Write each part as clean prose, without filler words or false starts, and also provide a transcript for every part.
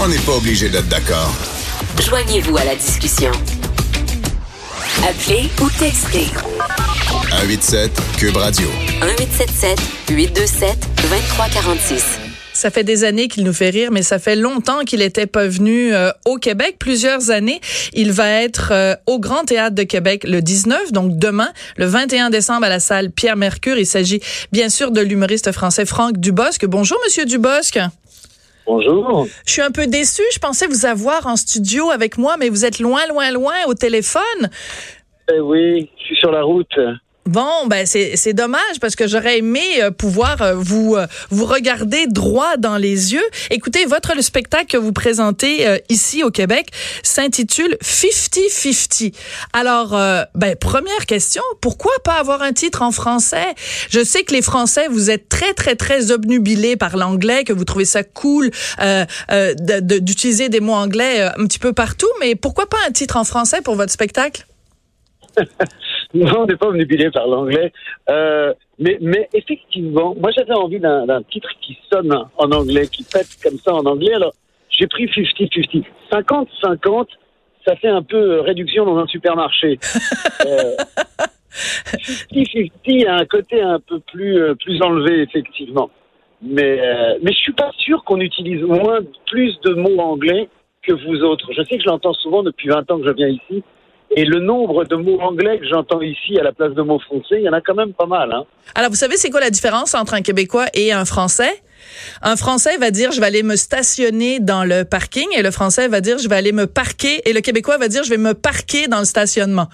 On n'est pas obligé d'être d'accord. Joignez-vous à la discussion. Appelez ou textez. 187 Cube Radio. 1877-827-2346. Ça fait des années qu'il nous fait rire, mais ça fait longtemps qu'il n'était pas venu au Québec. Plusieurs années. Il va être au Grand Théâtre de Québec le 19, donc demain, le 21 décembre à la salle Pierre-Mercure. Il s'agit bien sûr de l'humoriste français Franck Dubosc. Bonjour, Monsieur Dubosc. Bonjour. Je suis un peu déçue. Je pensais vous avoir en studio avec moi, mais vous êtes loin au téléphone. Eh oui, je suis sur la route. Bon, ben c'est dommage parce que j'aurais aimé pouvoir vous regarder droit dans les yeux. Écoutez, le spectacle que vous présentez ici au Québec s'intitule 50-50. Alors, première question, pourquoi pas avoir un titre en français? Je sais que les Français, vous êtes très, très, très obnubilés par l'anglais, que vous trouvez ça cool d'utiliser des mots anglais un petit peu partout, mais pourquoi pas un titre en français pour votre spectacle? Non, on n'est pas obnubilé par l'anglais. Mais effectivement, moi j'avais envie d'un titre qui sonne en anglais, qui pète comme ça en anglais. Alors, j'ai pris 50-50. 50-50, ça fait un peu réduction dans un supermarché. 50-50 a un côté un peu plus enlevé, effectivement. Mais je suis pas sûr qu'on utilise plus de mots anglais que vous autres. Je sais que je l'entends souvent depuis 20 ans que je viens ici. Et le nombre de mots anglais que j'entends ici à la place de mots français, il y en a quand même pas mal. Hein. Alors, vous savez, c'est quoi la différence entre un Québécois et un Français? Un Français va dire, je vais aller me stationner dans le parking, et le Français va dire, je vais aller me parquer, et le Québécois va dire, je vais me parquer dans le stationnement.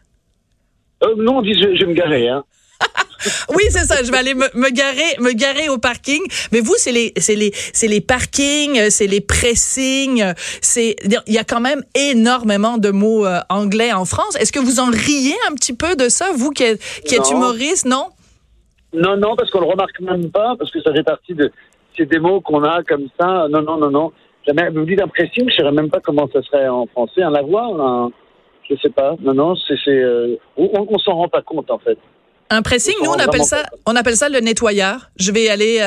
Non, on dit, je vais me garer, hein. Oui, c'est ça. Je vais aller me garer au parking. Mais vous, c'est les parkings, c'est les pressings. Il y a quand même énormément de mots anglais en France. Est-ce que vous en riez un petit peu de ça, vous qui êtes humoriste, non? Non, parce qu'on le remarque même pas, parce que ça fait partie c'est des mots qu'on a comme ça. Non. Jamais. Vous me dites un pressing, je saurais même pas comment ça serait en français. Un lavoir, je sais pas. Non, on s'en rend pas compte en fait. Un pressing, nous on appelle ça le nettoyeur. Je vais aller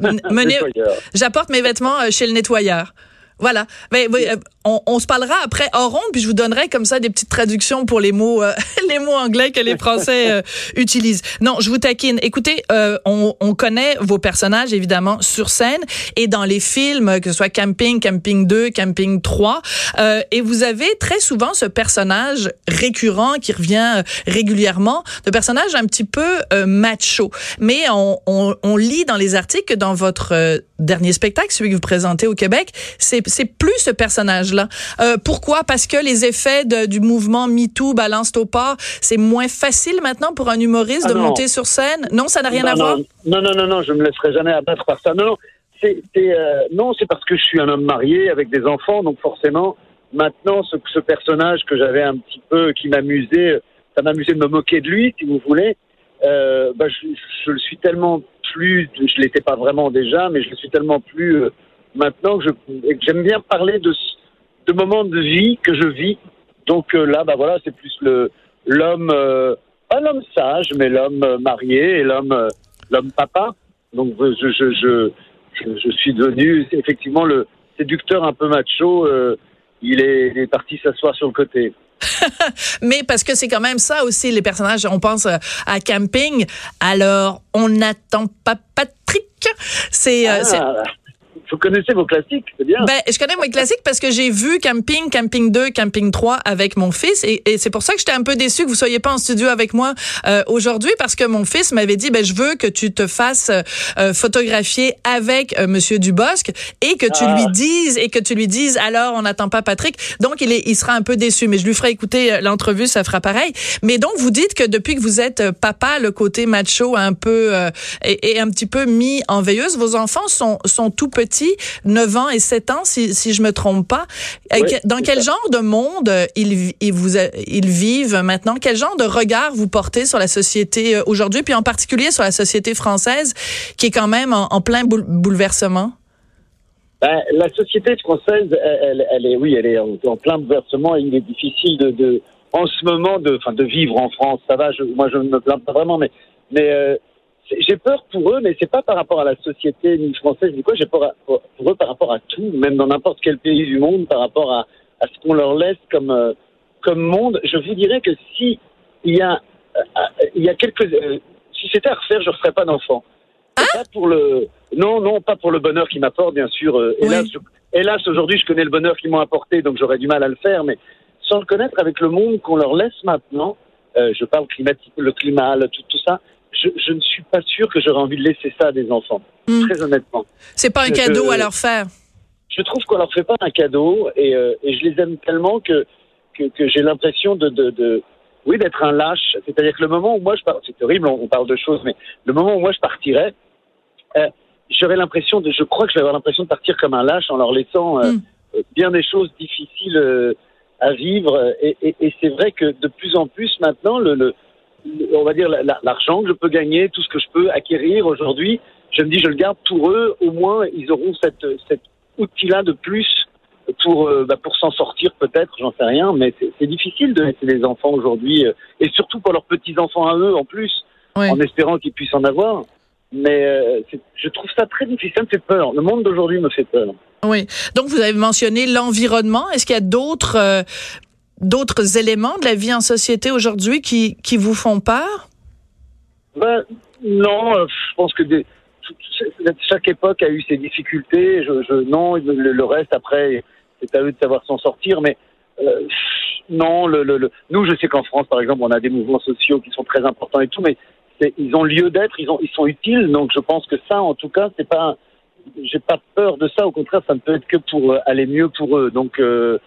j'apporte mes vêtements chez le nettoyeur. Voilà. Mais on se parlera après hors onde, puis je vous donnerai comme ça des petites traductions pour les mots anglais que les Français utilisent. Non, je vous taquine. Écoutez, on connaît vos personnages évidemment sur scène et dans les films, que ce soit Camping 2, Camping 3, et vous avez très souvent ce personnage récurrent qui revient régulièrement, de personnage un petit peu macho. Mais on lit dans les articles que dans votre dernier spectacle, celui que vous présentez au Québec, c'est plus ce personnage-là. Pourquoi? Parce que les effets du mouvement MeToo, Balance ton port, c'est moins facile maintenant pour un humoriste de monter sur scène? Non, ça n'a rien à voir? Non, je me laisserai jamais abattre par ça. Non, c'est parce que je suis un homme marié avec des enfants, donc forcément, maintenant, ce personnage que j'avais un petit peu, qui m'amusait, ça m'amusait de me moquer de lui, si vous voulez, je le suis tellement plus, je l'étais pas vraiment déjà, mais je le suis tellement plus maintenant que j'aime bien parler de moments de vie que je vis. Donc là, voilà, c'est plus l'homme, pas l'homme sage, mais l'homme marié et l'homme papa. Donc je suis devenu effectivement le séducteur un peu macho. Il est parti s'asseoir sur le côté. Mais parce que c'est quand même ça aussi, les personnages, on pense à Camping, alors on n'attend pas Patrick. Vous connaissez vos classiques, c'est bien. Je connais mes classiques parce que j'ai vu Camping 2, Camping 3 avec mon fils et c'est pour ça que j'étais un peu déçue que vous soyez pas en studio avec moi aujourd'hui parce que mon fils m'avait dit je veux que tu te fasses photographier avec Monsieur Dubosc et que tu lui dises alors on n'attend pas Patrick. Donc il sera un peu déçu, mais je lui ferai écouter l'entrevue, ça fera pareil. Mais donc vous dites que depuis que vous êtes papa, le côté macho un peu est un petit peu mis en veilleuse. Vos enfants sont tout petits, 9 ans et 7 ans, si je me trompe pas. Oui, dans quel genre de monde ils vivent maintenant? Quel genre de regard vous portez sur la société aujourd'hui, puis en particulier sur la société française, qui est quand même en plein bouleversement? La société française, elle est en plein bouleversement et il est difficile en ce moment de vivre en France. Ça va, moi je ne me plains pas vraiment, mais j'ai peur pour eux, mais c'est pas par rapport à la société ni française ni quoi. J'ai peur pour eux par rapport à tout, même dans n'importe quel pays du monde, par rapport à ce qu'on leur laisse comme monde. Je vous dirais que si il y a quelques si c'était à refaire, je referais pas d'enfant. Pas pour pas pour le bonheur qu'il m'apporte, bien sûr. Hélas, aujourd'hui, je connais le bonheur qu'ils m'ont apporté, donc j'aurais du mal à le faire, mais sans le connaître, avec le monde qu'on leur laisse maintenant, je parle climatique, le climat, tout ça, je ne suis pas sûr que j'aurais envie de laisser ça à des enfants, très honnêtement. C'est pas un cadeau à leur faire. Je trouve qu'on leur fait pas un cadeau, et je les aime tellement que j'ai l'impression d'être un lâche. C'est-à-dire que le moment où moi je pars, c'est horrible, on parle de choses, mais le moment où moi je partirais, je crois que je vais avoir l'impression de partir comme un lâche en leur laissant bien des choses difficiles à vivre. Et c'est vrai que de plus en plus maintenant, on va dire l'argent que je peux gagner, tout ce que je peux acquérir aujourd'hui, je me dis je le garde pour eux. Au moins ils auront cet outil-là de plus pour s'en sortir peut-être, j'en sais rien. Mais c'est difficile de laisser des enfants aujourd'hui, et surtout pour leurs petits-enfants à eux en plus, en espérant qu'ils puissent en avoir. Mais je trouve ça très difficile, ça me fait peur. Le monde d'aujourd'hui me fait peur. Oui. Donc, vous avez mentionné l'environnement. Est-ce qu'il y a d'autres éléments de la vie en société aujourd'hui qui vous font peur? Non, je pense que chaque époque a eu ses difficultés. Non, le reste, après, c'est à eux de savoir s'en sortir. Mais non, nous, je sais qu'en France, par exemple, on a des mouvements sociaux qui sont très importants et tout, mais ils ont lieu d'être, ils sont utiles, donc je pense que ça, en tout cas, j'ai pas peur de ça, au contraire, ça ne peut être que pour aller mieux pour eux. Donc,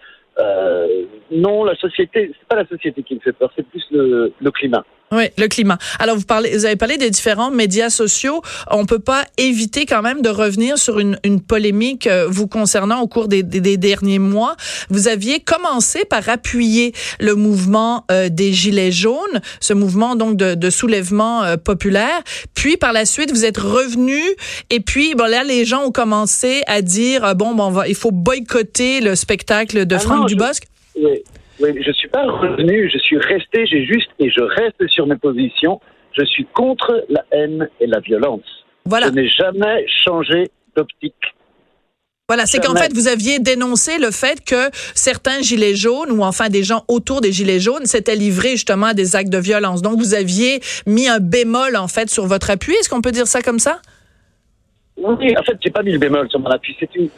non, c'est pas la société qui me fait peur, c'est plus le climat. Oui, le climat. Alors, vous avez parlé des différents médias sociaux. On peut pas éviter quand même de revenir sur une polémique vous concernant au cours des derniers mois. Vous aviez commencé par appuyer le mouvement des Gilets jaunes, ce mouvement donc de soulèvement populaire. Puis, par la suite, vous êtes revenu et puis, là, les gens ont commencé à dire, il faut boycotter le spectacle de Franck Dubosc. Oui, je suis pas revenu, je suis resté, je reste sur mes positions. Je suis contre la haine et la violence. Voilà. Je n'ai jamais changé d'optique. Voilà, c'est qu'en fait, vous aviez dénoncé le fait que certains gilets jaunes, ou enfin des gens autour des gilets jaunes, s'étaient livrés justement à des actes de violence. Donc, vous aviez mis un bémol, en fait, sur votre appui. Est-ce qu'on peut dire ça comme ça? Oui, en fait, j'ai pas mis le bémol sur mon appui.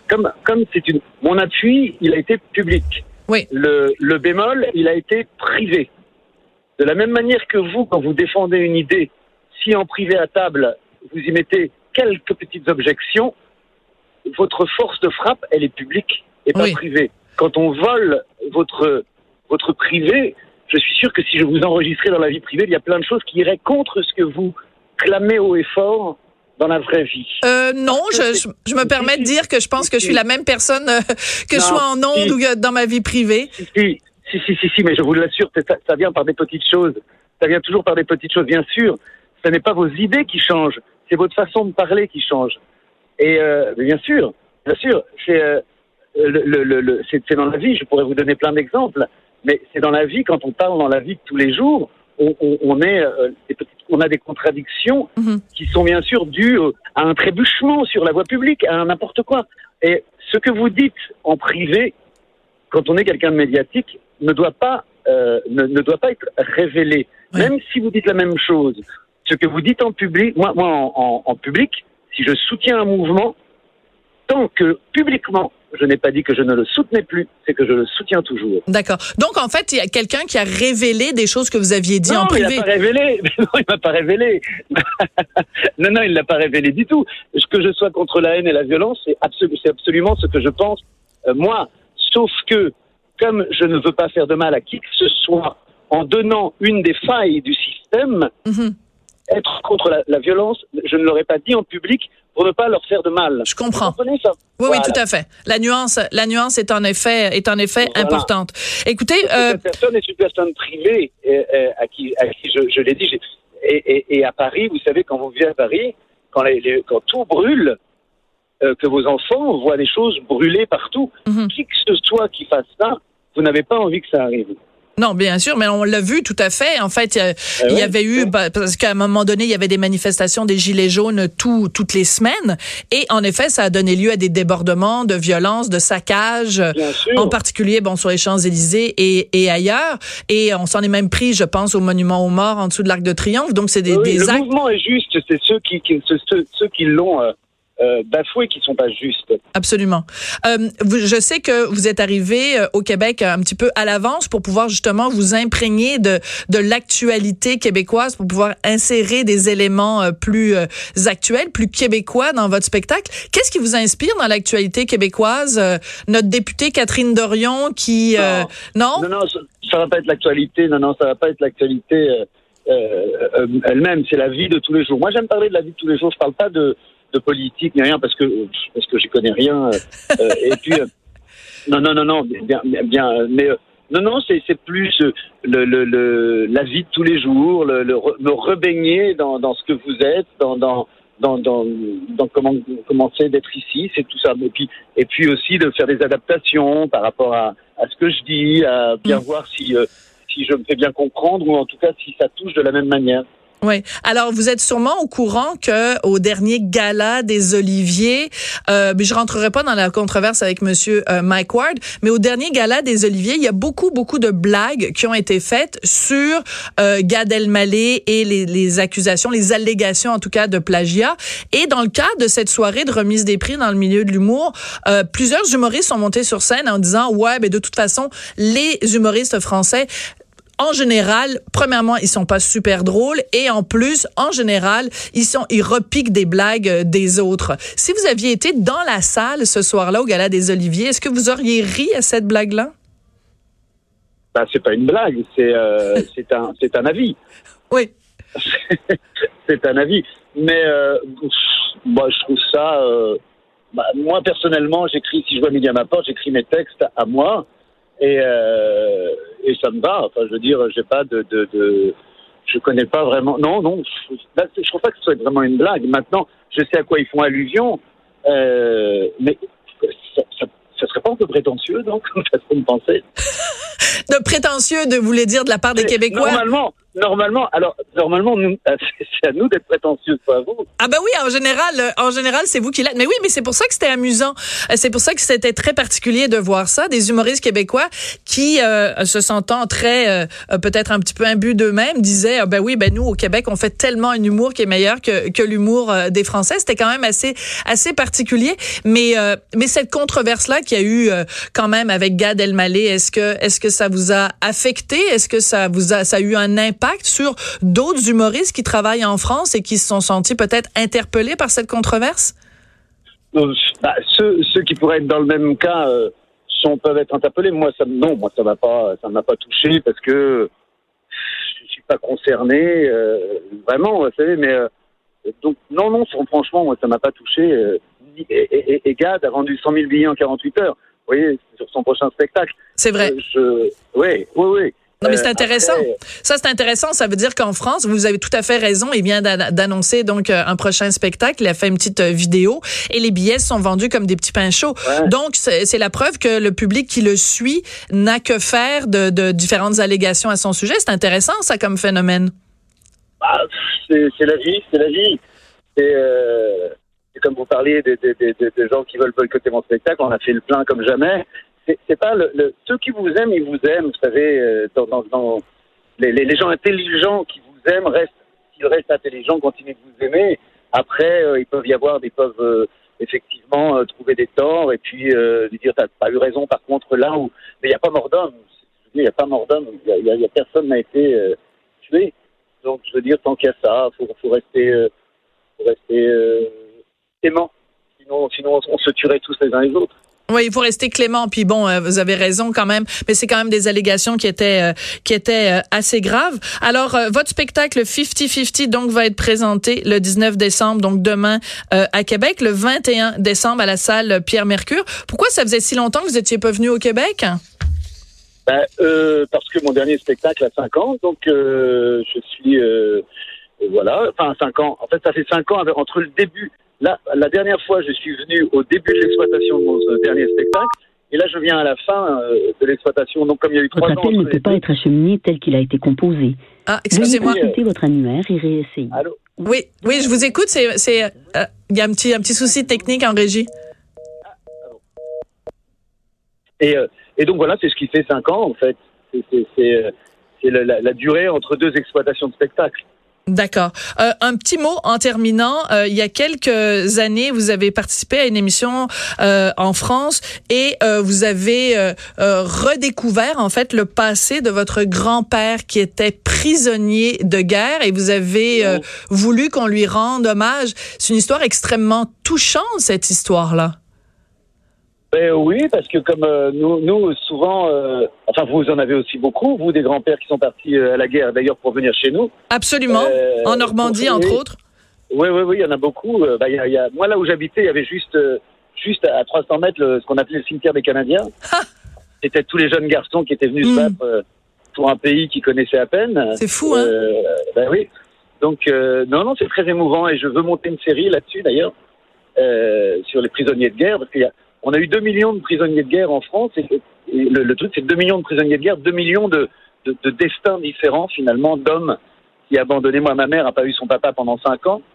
Mon appui, il a été public. Oui. Le bémol, il a été privé. De la même manière que vous, quand vous défendez une idée, si en privé à table, vous y mettez quelques petites objections, votre force de frappe, elle est publique et pas privée. Quand on vole votre privé, je suis sûr que si je vous enregistrais dans la vie privée, il y a plein de choses qui iraient contre ce que vous clamez haut et fort dans la vraie vie. Non, je me permets de dire que je pense que je suis la même personne que je sois en ondes ou dans ma vie privée. Si, mais je vous l'assure, ça vient par des petites choses. Ça vient toujours par des petites choses, bien sûr. Ce n'est pas vos idées qui changent, c'est votre façon de parler qui change. Et bien sûr, c'est dans la vie. Je pourrais vous donner plein d'exemples, mais c'est dans la vie, quand on parle dans la vie de tous les jours, on a des contradictions qui sont bien sûr dues à un trébuchement sur la voie publique, à n'importe quoi. Et ce que vous dites en privé, quand on est quelqu'un de médiatique, ne doit pas être révélé. Oui. Même si vous dites la même chose, ce que vous dites en public, moi en public, si je soutiens un mouvement, tant que publiquement je n'ai pas dit que je ne le soutenais plus, c'est que je le soutiens toujours. D'accord. Donc, en fait, il y a quelqu'un qui a révélé des choses que vous aviez dit en privé. Non, il n'a pas révélé. Non, il m'a pas révélé. Non, il l'a pas révélé du tout. Que je sois contre la haine et la violence, c'est absolument ce que je pense, moi. Sauf que, comme je ne veux pas faire de mal à qui que ce soit, en donnant une des failles du système, être contre la violence, je ne l'aurais pas dit en public pour ne pas leur faire de mal. Je comprends. Vous comprenez ça? Oui, oui, tout à fait. La nuance est en effet importante. Écoutez, cette personne est une personne privée à qui je l'ai dit. Et à Paris, vous savez, quand vous vivez à Paris, quand tout brûle, que vos enfants voient des choses brûler partout, qui que ce soit qui fasse ça, vous n'avez pas envie que ça arrive. Non, bien sûr, mais on l'a vu tout à fait. En fait, il y avait eu, parce qu'à un moment donné, il y avait des manifestations des Gilets jaunes toutes les semaines. Et en effet, ça a donné lieu à des débordements, de violences, de saccages, en particulier sur les Champs-Élysées et ailleurs. Et on s'en est même pris, je pense, au monument aux morts en dessous de l'Arc de Triomphe. Donc, c'est des actes. Le mouvement est juste. C'est ceux qui l'ont bafoué qui sont pas justes. Absolument. Je sais que vous êtes arrivé au Québec un petit peu à l'avance pour pouvoir justement vous imprégner de l'actualité québécoise, pour pouvoir insérer des éléments plus actuels, plus québécois dans votre spectacle. Qu'est-ce qui vous inspire dans l'actualité québécoise? Notre députée Catherine Dorion qui... Non, ça va pas être l'actualité. Non, ça va pas être l'actualité elle-même. C'est la vie de tous les jours. Moi, j'aime parler de la vie de tous les jours. Je parle pas de politique ni rien parce que j'y connais rien et puis non bien mais non c'est plus la vie de tous les jours, me rebaigner dans ce que vous êtes, dans comment c'est d'être ici, c'est tout ça, et puis aussi de faire des adaptations par rapport à ce que je dis, à bien voir si je me fais bien comprendre, ou en tout cas si ça touche de la même manière. Oui. Alors, vous êtes sûrement au courant que au dernier gala des Oliviers, mais je rentrerai pas dans la controverse avec monsieur Mike Ward, mais au dernier gala des Oliviers, il y a beaucoup de blagues qui ont été faites sur Gad Elmaleh et les accusations, les allégations en tout cas de plagiat. Et dans le cadre de cette soirée de remise des prix dans le milieu de l'humour, plusieurs humoristes sont montés sur scène en disant de toute façon, les humoristes français, en général, premièrement, ils sont pas super drôles, et en plus, en général, ils repiquent des blagues des autres. Si vous aviez été dans la salle ce soir-là au Gala des Oliviers, est-ce que vous auriez ri à cette blague-là? C'est pas une blague, c'est un avis. Oui. C'est un avis. Mais je trouve ça. Moi personnellement, j'écris, si je vois midi à ma porte, j'écris mes textes à moi. Et ça me va. Enfin, je veux dire, j'ai pas je connais pas vraiment. Non, je trouve pas que ce soit vraiment une blague. Maintenant, je sais à quoi ils font allusion, mais ça serait pas un peu prétentieux, donc, comme façon de penser. De prétentieux, vous voulez dire de la part des Québécois? Normalement, nous, c'est à nous d'être prétentieux, pas à vous. Ah oui, en général, c'est vous qui l'êtes. Mais oui, mais c'est pour ça que c'était amusant. C'est pour ça que c'était très particulier de voir ça, des humoristes québécois qui, se sentant très, peut-être un petit peu imbus d'eux-mêmes, disaient, nous, au Québec, on fait tellement un humour qui est meilleur que l'humour des Français. C'était quand même assez particulier. Mais cette controverse-là qu'il y a eu, quand même, avec Gad Elmaleh, est-ce que ça vous a affecté? Est-ce que ça a eu un impact sur d'autres humoristes qui travaillent en France et qui se sont sentis peut-être interpellés par cette controverse? Ceux qui pourraient être dans le même cas peuvent être interpellés. Moi, ça m'a pas touché parce que je suis pas concerné vraiment, vous savez. Mais donc non, franchement, moi, ça m'a pas touché. Et Gad a vendu 100 000 billets en 48 heures. Vous voyez, sur son prochain spectacle. C'est vrai. Oui. Non, mais c'est intéressant. Ça, c'est intéressant. Ça veut dire qu'en France, vous avez tout à fait raison. Il vient d'annoncer donc un prochain spectacle. Il a fait une petite vidéo et les billets sont vendus comme des petits pains chauds. Ouais. Donc, c'est la preuve que le public qui le suit n'a que faire de différentes allégations à son sujet. C'est intéressant, ça, comme phénomène. C'est la vie. C'est comme vous parliez de gens qui veulent boycotter mon spectacle. On a fait le plein comme jamais. C'est pas ceux qui vous aiment, ils vous aiment. Vous savez, les gens intelligents qui vous aiment s'ils restent intelligents, continuent de vous aimer. Après, ils peuvent effectivement trouver des torts et puis lui dire t'as pas eu raison. Par contre, là où, mais il y a pas mort d'homme. Il y a pas mort d'homme. Il y a personne n'a été tué. Donc, je veux dire, tant qu'il y a ça, faut rester aimant. Sinon, on se tuerait tous les uns les autres. Oui, il faut rester clément. Puis bon, vous avez raison quand même, mais c'est quand même des allégations qui étaient assez graves. Alors, votre spectacle 50-50 donc va être présenté le 19 décembre, donc demain à Québec, le 21 décembre à la salle Pierre-Mercure. Pourquoi ça faisait si longtemps que vous étiez pas venu au Québec? Parce que mon dernier spectacle a 5 ans, donc je suis voilà, enfin 5 ans. En fait, ça fait 5 ans entre le début. Là, la dernière fois, je suis venu au début de l'exploitation de mon dernier spectacle, Et là, je viens à la fin de l'exploitation. Donc, comme il y a eu 3 ans... Votre appel ne peut pas être acheminé tel qu'il a été composé. Ah, excusez-moi. Veuillez consulter votre annuaire et réessayer. Allô? Oui, je vous écoute. Il y a un petit souci technique en régie. Et donc, voilà, c'est ce qui fait 5 ans, en fait. C'est la durée entre 2 exploitations de spectacle. D'accord. Un petit mot en terminant. Il y a quelques années, vous avez participé à une émission en France et vous avez redécouvert en fait le passé de votre grand-père qui était prisonnier de guerre et vous avez voulu qu'on lui rende hommage. C'est une histoire extrêmement touchante, cette histoire-là. Ben oui, parce que comme nous souvent, enfin vous en avez aussi beaucoup, vous des grands-pères qui sont partis à la guerre d'ailleurs pour venir chez nous. Absolument, en Normandie entre autres. Oui, il y en a beaucoup. Moi là où j'habitais, il y avait juste à 300 mètres ce qu'on appelait le cimetière des Canadiens. C'était tous les jeunes garçons qui étaient venus se battre pour un pays qu'ils connaissaient à peine. C'est fou, hein. Ben oui. Donc non, c'est très émouvant et je veux monter une série là-dessus d'ailleurs sur les prisonniers de guerre parce on a eu 2 millions de prisonniers de guerre en France et le truc c'est 2 millions de prisonniers de guerre, 2 millions de destins différents finalement d'hommes qui abandonnaient. Moi, ma mère n'a pas eu son papa pendant 5 ans.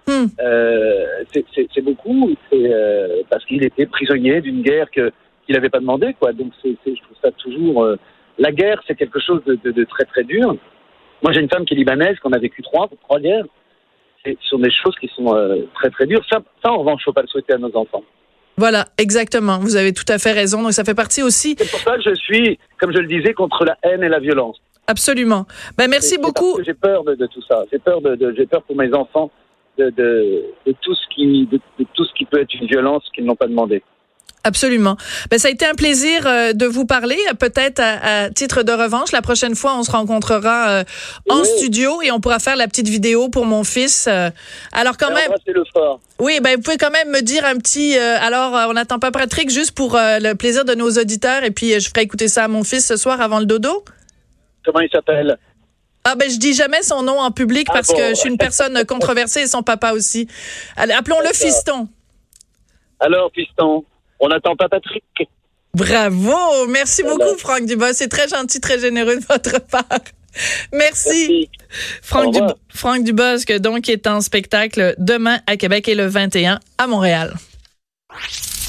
C'est beaucoup, parce qu'il était prisonnier d'une guerre qu'il n'avait pas demandé, quoi. Donc je trouve ça toujours... la guerre, c'est quelque chose de très très dur. Moi, j'ai une femme qui est libanaise, qu'on a vécu 3 guerres. Ce sont des choses qui sont très très dures. Ça, en revanche, il ne faut pas le souhaiter à nos enfants. Voilà, exactement. Vous avez tout à fait raison. Donc, ça fait partie aussi... C'est pour ça que je suis, comme je le disais, contre la haine et la violence. Absolument. Merci beaucoup. Parce que j'ai peur de tout ça. J'ai peur pour mes enfants de tout ce qui peut être une violence qu'ils n'ont pas demandé. Absolument. Ça a été un plaisir de vous parler. Peut-être à titre de revanche, la prochaine fois, on se rencontrera en studio et on pourra faire la petite vidéo pour mon fils. Alors quand même... C'est le fort. Oui, vous pouvez quand même me dire un petit... alors, on n'attend pas Patrick, juste pour le plaisir de nos auditeurs. Et puis, je ferai écouter ça à mon fils ce soir avant le dodo. Comment il s'appelle? Je dis jamais son nom en public parce que je suis une personne controversée et son papa aussi. Allez, appelons-le Fiston. Alors, Fiston, on n'attend pas Patrick. Bravo! Merci beaucoup, Franck Dubosc. C'est très gentil, très généreux de votre part. Merci. Franck Dubosc, donc, est en spectacle demain à Québec et le 21 à Montréal.